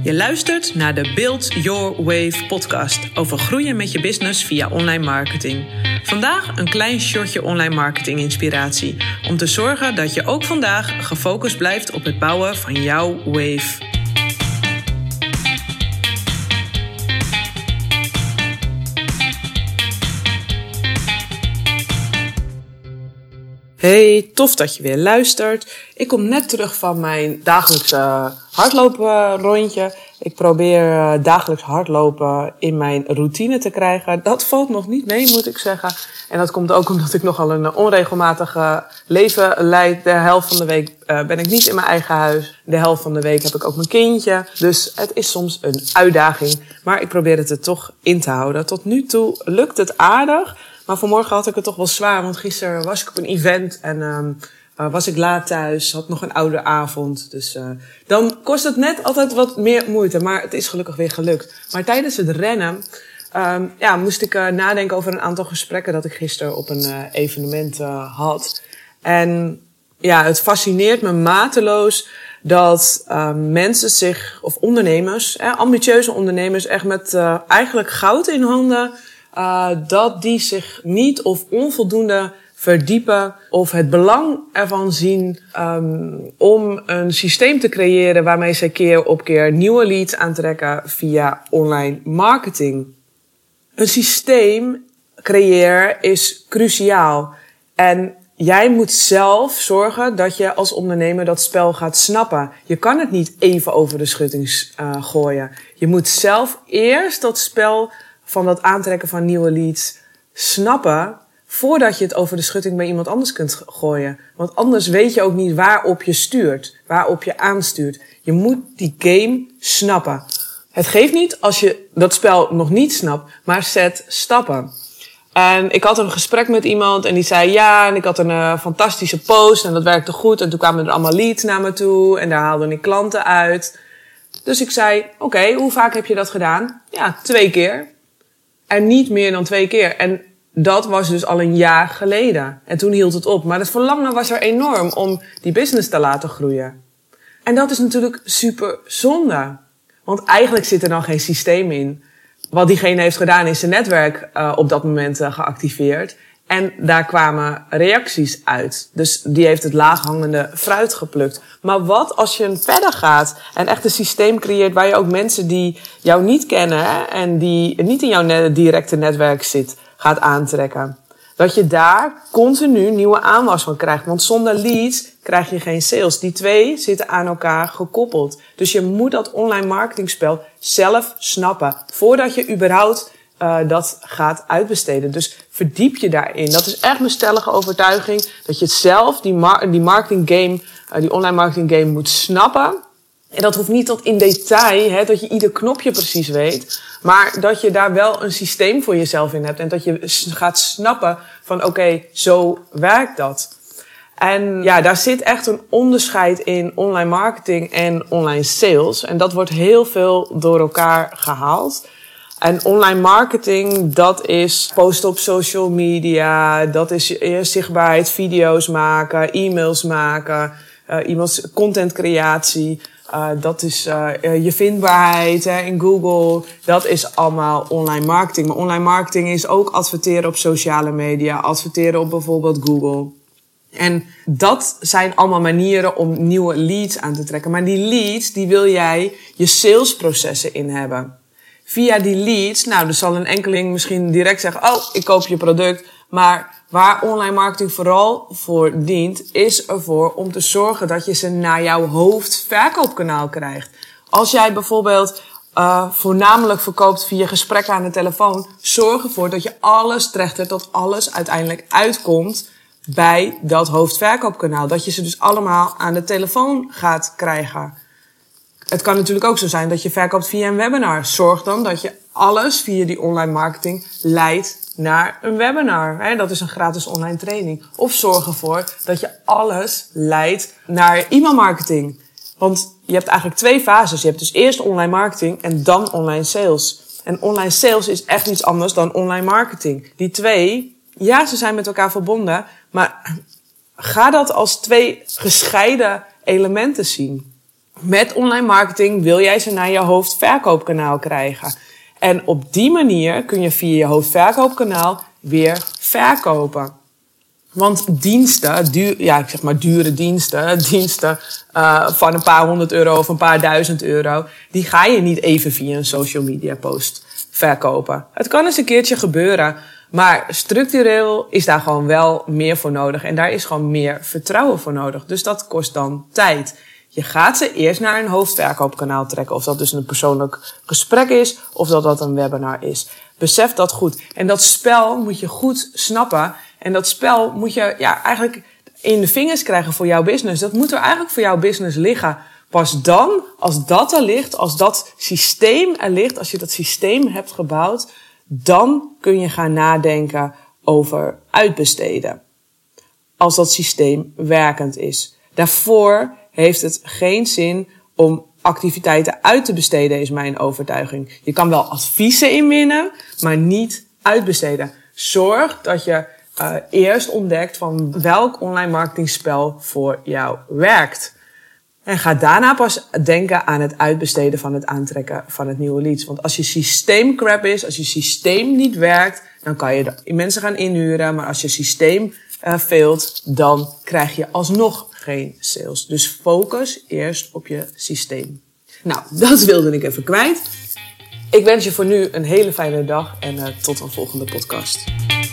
Je luistert naar de Build Your Wave podcast over groeien met je business via online marketing. Vandaag een klein shotje online marketing inspiratie om te zorgen dat je ook vandaag gefocust blijft op het bouwen van jouw wave. Hey, tof dat je weer luistert. Ik kom net terug van mijn dagelijkse hardlopen-rondje. Ik probeer dagelijks hardlopen in mijn routine te krijgen. Dat valt nog niet mee, moet ik zeggen. En dat komt ook omdat ik nogal een onregelmatig leven leid. De helft van de week ben ik niet in mijn eigen huis. De helft van de week heb ik ook mijn kindje. Dus het is soms een uitdaging. Maar ik probeer het er toch in te houden. Tot nu toe lukt het aardig. Maar vanmorgen had ik het toch wel zwaar, want gisteren was ik op een event en was ik laat thuis, had nog een oude avond. Dus dan kost het net altijd wat meer moeite, maar het is gelukkig weer gelukt. Maar tijdens het rennen moest ik nadenken over een aantal gesprekken dat ik gisteren op een evenement had. En ja, het fascineert me mateloos dat mensen zich, of ondernemers, ambitieuze ondernemers, echt met eigenlijk goud in handen, dat die zich niet of onvoldoende verdiepen of het belang ervan zien om een systeem te creëren waarmee ze keer op keer nieuwe leads aantrekken via online marketing. Een systeem creëren is cruciaal en jij moet zelf zorgen dat je als ondernemer dat spel gaat snappen. Je kan het niet even over de schutting gooien. Je moet zelf eerst dat spel van dat aantrekken van nieuwe leads snappen voordat je het over de schutting bij iemand anders kunt gooien. Want anders weet je ook niet waarop je stuurt, waarop je aanstuurt. Je moet die game snappen. Het geeft niet als je dat spel nog niet snapt, maar zet stappen. En ik had een gesprek met iemand en die zei ja, en ik had een fantastische post en dat werkte goed. En toen kwamen er allemaal leads naar me toe en daar haalde ik klanten uit. Dus ik zei, oké, hoe vaak heb je dat gedaan? Ja, 2 keer. En niet meer dan 2 keer. En dat was dus al een jaar geleden. En toen hield het op. Maar het verlangen was er enorm om die business te laten groeien. En dat is natuurlijk super zonde. Want eigenlijk zit er dan geen systeem in. Wat diegene heeft gedaan is zijn netwerk op dat moment geactiveerd. En daar kwamen reacties uit. Dus die heeft het laaghangende fruit geplukt. Maar wat als je verder gaat en echt een systeem creëert waar je ook mensen die jou niet kennen en die niet in jouw directe netwerk zit, gaat aantrekken. Dat je daar continu nieuwe aanwas van krijgt. Want zonder leads krijg je geen sales. Die 2 zitten aan elkaar gekoppeld. Dus je moet dat online marketingspel zelf snappen voordat je überhaupt dat gaat uitbesteden. Dus verdiep je daarin. Dat is echt mijn stellige overtuiging. Dat je het zelf, die marketing game, die online marketing game moet snappen. En dat hoeft niet tot in detail, dat je ieder knopje precies weet. Maar dat je daar wel een systeem voor jezelf in hebt. En dat je gaat snappen van oké, zo werkt dat. En ja, daar zit echt een onderscheid in online marketing en online sales. En dat wordt heel veel door elkaar gehaald. En online marketing, dat is posten op social media, dat is zichtbaarheid, video's maken, e-mails maken, contentcreatie. Dat is je vindbaarheid in Google. Dat is allemaal online marketing. Maar online marketing is ook adverteren op sociale media, adverteren op bijvoorbeeld Google. En dat zijn allemaal manieren om nieuwe leads aan te trekken. Maar die leads, die wil jij je salesprocessen in hebben. Via die leads, er zal een enkeling misschien direct zeggen, oh, ik koop je product. Maar waar online marketing vooral voor dient, is ervoor om te zorgen dat je ze naar jouw hoofdverkoopkanaal krijgt. Als jij bijvoorbeeld voornamelijk verkoopt via gesprekken aan de telefoon, zorg ervoor dat je alles trechtert, dat alles uiteindelijk uitkomt bij dat hoofdverkoopkanaal. Dat je ze dus allemaal aan de telefoon gaat krijgen. Het kan natuurlijk ook zo zijn dat je verkoopt via een webinar. Zorg dan dat je alles via die online marketing leidt naar een webinar. Dat is een gratis online training. Of zorg ervoor dat je alles leidt naar e-mailmarketing. Want je hebt eigenlijk 2 fases. Je hebt dus eerst online marketing en dan online sales. En online sales is echt iets anders dan online marketing. Die 2, ja, ze zijn met elkaar verbonden, maar ga dat als 2 gescheiden elementen zien. Met online marketing wil jij ze naar je hoofdverkoopkanaal krijgen. En op die manier kun je via je hoofdverkoopkanaal weer verkopen. Want diensten, dure diensten van een paar €100 of een paar €1000, die ga je niet even via een social media post verkopen. Het kan eens een keertje gebeuren, maar structureel is daar gewoon wel meer voor nodig. En daar is gewoon meer vertrouwen voor nodig. Dus dat kost dan tijd. Je gaat ze eerst naar een hoofdverkoopkanaal trekken. Of dat dus een persoonlijk gesprek is, of dat een webinar is. Besef dat goed. En dat spel moet je goed snappen. En dat spel moet je eigenlijk in de vingers krijgen voor jouw business. Dat moet er eigenlijk voor jouw business liggen. Pas dan, als dat er ligt, als dat systeem er ligt, als je dat systeem hebt gebouwd, dan kun je gaan nadenken over uitbesteden. Als dat systeem werkend is. Daarvoor heeft het geen zin om activiteiten uit te besteden, is mijn overtuiging. Je kan wel adviezen inwinnen, maar niet uitbesteden. Zorg dat je eerst ontdekt van welk online marketingspel voor jou werkt. En ga daarna pas denken aan het uitbesteden van het aantrekken van het nieuwe leads. Want als je systeem crap is, als je systeem niet werkt, dan kan je mensen gaan inhuren. Maar als je systeem failt, dan krijg je alsnog geen sales. Dus focus eerst op je systeem. Nou, dat wilde ik even kwijt. Ik wens je voor nu een hele fijne dag en tot een volgende podcast.